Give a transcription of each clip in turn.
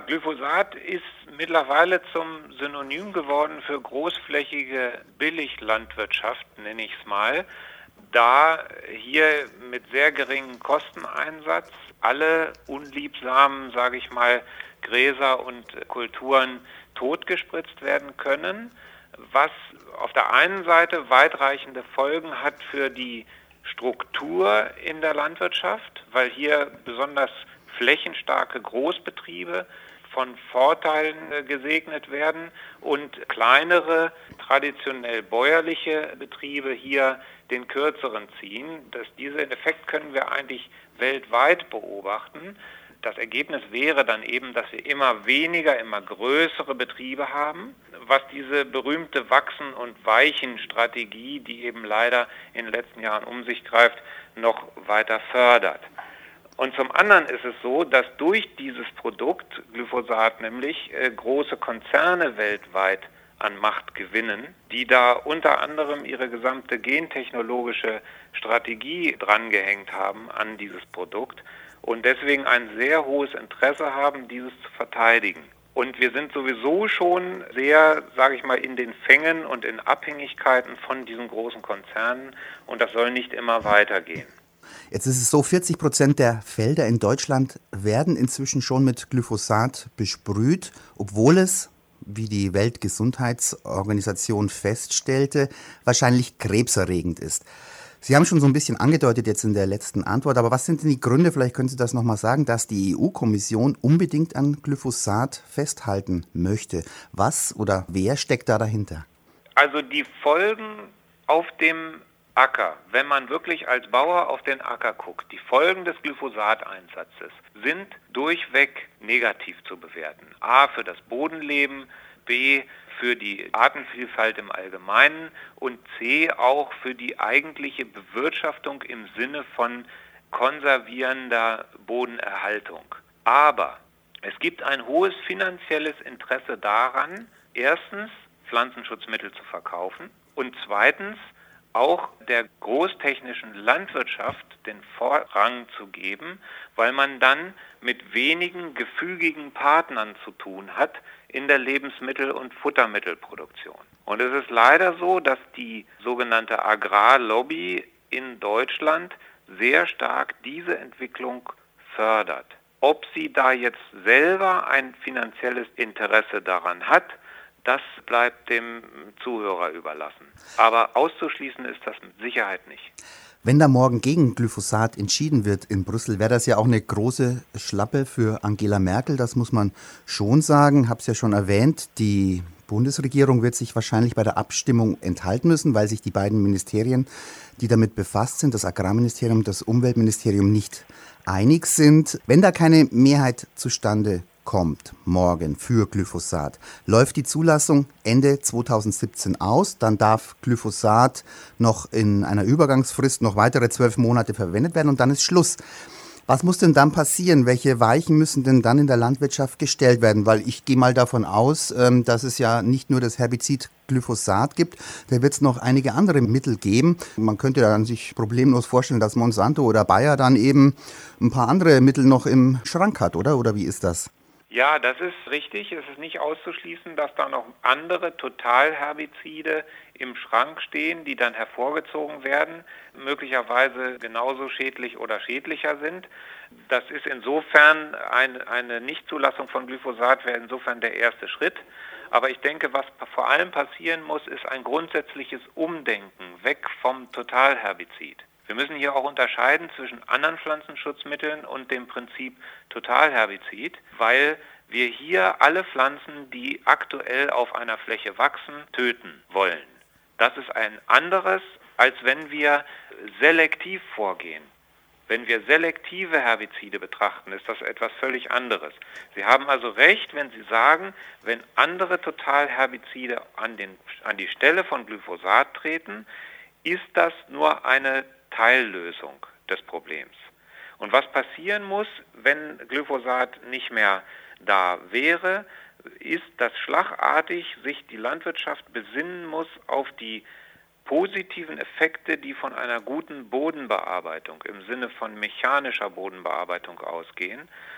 Glyphosat ist mittlerweile zum Synonym geworden für großflächige Billiglandwirtschaft, nenne ich es mal, da hier mit sehr geringem Kosteneinsatz alle unliebsamen, sage ich mal, Gräser und Kulturen totgespritzt werden können, was auf der einen Seite weitreichende Folgen hat für die Struktur in der Landwirtschaft, weil hier besonders flächenstarke Großbetriebe von Vorteilen gesegnet werden und kleinere, traditionell bäuerliche Betriebe hier den kürzeren ziehen. Diesen Effekt können wir eigentlich weltweit beobachten. Das Ergebnis wäre dann eben, dass wir immer weniger, immer größere Betriebe haben, was diese berühmte Wachsen- und Weichen-Strategie, die eben leider in den letzten Jahren um sich greift, noch weiter fördert. Und zum anderen ist es so, dass durch dieses Produkt, Glyphosat nämlich, große Konzerne weltweit an Macht gewinnen, die da unter anderem ihre gesamte gentechnologische Strategie drangehängt haben an dieses Produkt und deswegen ein sehr hohes Interesse haben, dieses zu verteidigen. Und wir sind sowieso schon sehr, sage ich mal, in den Fängen und in Abhängigkeiten von diesen großen Konzernen und das soll nicht immer weitergehen. Jetzt ist es so, 40% der Felder in Deutschland werden inzwischen schon mit Glyphosat besprüht, obwohl es, wie die Weltgesundheitsorganisation feststellte, wahrscheinlich krebserregend ist. Sie haben schon so ein bisschen angedeutet jetzt in der letzten Antwort, aber was sind denn die Gründe, vielleicht können Sie das nochmal sagen, dass die EU-Kommission unbedingt an Glyphosat festhalten möchte? Was oder wer steckt da dahinter? Also die Folgen auf dem Acker, wenn man wirklich als Bauer auf den Acker guckt, die Folgen des Glyphosateinsatzes sind durchweg negativ zu bewerten. A, für das Bodenleben, B, für die Artenvielfalt im Allgemeinen und C, auch für die eigentliche Bewirtschaftung im Sinne von konservierender Bodenerhaltung. Aber es gibt ein hohes finanzielles Interesse daran, erstens Pflanzenschutzmittel zu verkaufen und zweitens auch der großtechnischen Landwirtschaft den Vorrang zu geben, weil man dann mit wenigen gefügigen Partnern zu tun hat in der Lebensmittel- und Futtermittelproduktion. Und es ist leider so, dass die sogenannte Agrarlobby in Deutschland sehr stark diese Entwicklung fördert. Ob sie da jetzt selber ein finanzielles Interesse daran hat, das bleibt dem Zuhörer überlassen. Aber auszuschließen ist das mit Sicherheit nicht. Wenn da morgen gegen Glyphosat entschieden wird in Brüssel, wäre das ja auch eine große Schlappe für Angela Merkel, das muss man schon sagen. Ich habe es ja schon erwähnt, die Bundesregierung wird sich wahrscheinlich bei der Abstimmung enthalten müssen, weil sich die beiden Ministerien, die damit befasst sind, das Agrarministerium und das Umweltministerium, nicht einig sind. Wenn da keine Mehrheit zustande kommt morgen für Glyphosat, läuft die Zulassung Ende 2017 aus. Dann darf Glyphosat noch in einer Übergangsfrist noch weitere 12 Monate verwendet werden und dann ist Schluss. Was muss denn dann passieren? Welche Weichen müssen denn dann in der Landwirtschaft gestellt werden? Weil ich gehe mal davon aus, dass es ja nicht nur das Herbizid Glyphosat gibt, da wird es noch einige andere Mittel geben. Man könnte dann sich problemlos vorstellen, dass Monsanto oder Bayer dann eben ein paar andere Mittel noch im Schrank hat, oder? Oder wie ist das? Ja, das ist richtig. Es ist nicht auszuschließen, dass da noch andere Totalherbizide im Schrank stehen, die dann hervorgezogen werden, möglicherweise genauso schädlich oder schädlicher sind. Das ist insofern eine Nichtzulassung von Glyphosat wäre insofern der erste Schritt. Aber ich denke, was vor allem passieren muss, ist ein grundsätzliches Umdenken weg vom Totalherbizid. Wir müssen hier auch unterscheiden zwischen anderen Pflanzenschutzmitteln und dem Prinzip Totalherbizid, weil wir hier alle Pflanzen, die aktuell auf einer Fläche wachsen, töten wollen. Das ist ein anderes, als wenn wir selektiv vorgehen. Wenn wir selektive Herbizide betrachten, ist das etwas völlig anderes. Sie haben also recht, wenn Sie sagen, wenn andere Totalherbizide an die Stelle von Glyphosat treten, ist das nur eine Teillösung des Problems. Und was passieren muss, wenn Glyphosat nicht mehr da wäre, ist, dass schlagartig sich die Landwirtschaft besinnen muss auf die positiven Effekte, die von einer guten Bodenbearbeitung im Sinne von mechanischer Bodenbearbeitung ausgehen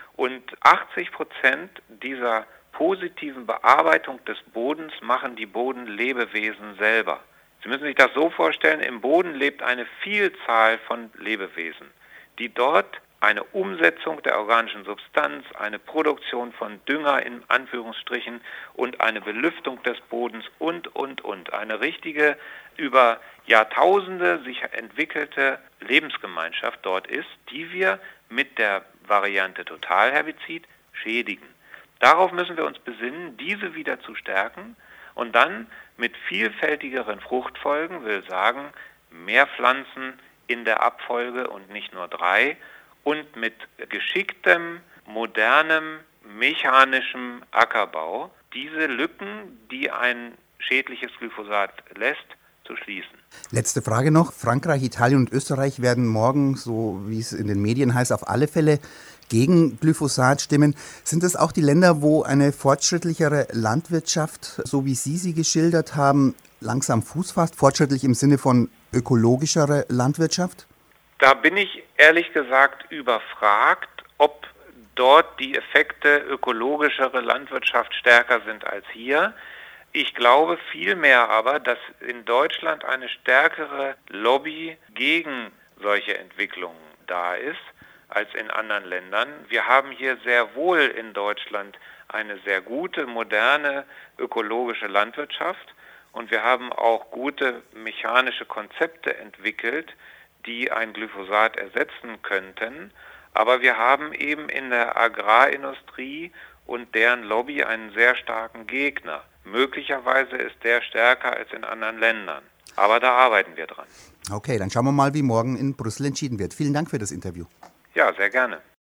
Und 80% dieser positiven Bearbeitung des Bodens machen die Bodenlebewesen selber. Sie müssen sich das so vorstellen, im Boden lebt eine Vielzahl von Lebewesen, die dort eine Umsetzung der organischen Substanz, eine Produktion von Dünger in Anführungsstrichen und eine Belüftung des Bodens und. Eine richtige, über Jahrtausende sich entwickelte Lebensgemeinschaft dort ist, die wir mit der Variante Totalherbizid schädigen. Darauf müssen wir uns besinnen, diese wieder zu stärken und dann mit vielfältigeren Fruchtfolgen, will sagen, mehr Pflanzen in der Abfolge und nicht nur 3 und mit geschicktem, modernem, mechanischem Ackerbau diese Lücken, die ein schädliches Glyphosat lässt, zu schließen. Letzte Frage noch. Frankreich, Italien und Österreich werden morgen, so wie es in den Medien heißt, auf alle Fälle gegen Glyphosat stimmen. Sind das auch die Länder, wo eine fortschrittlichere Landwirtschaft, so wie Sie sie geschildert haben, langsam Fuß fasst? Fortschrittlich im Sinne von ökologischere Landwirtschaft? Da bin ich ehrlich gesagt überfragt, ob dort die Effekte ökologischere Landwirtschaft stärker sind als hier. Ich glaube vielmehr aber, dass in Deutschland eine stärkere Lobby gegen solche Entwicklungen da ist als in anderen Ländern. Wir haben hier sehr wohl in Deutschland eine sehr gute, moderne, ökologische Landwirtschaft und wir haben auch gute mechanische Konzepte entwickelt, die ein Glyphosat ersetzen könnten. Aber wir haben eben in der Agrarindustrie und deren Lobby einen sehr starken Gegner. Möglicherweise ist der stärker als in anderen Ländern. Aber da arbeiten wir dran. Okay, dann schauen wir mal, wie morgen in Brüssel entschieden wird. Vielen Dank für das Interview. Ja, sehr gerne.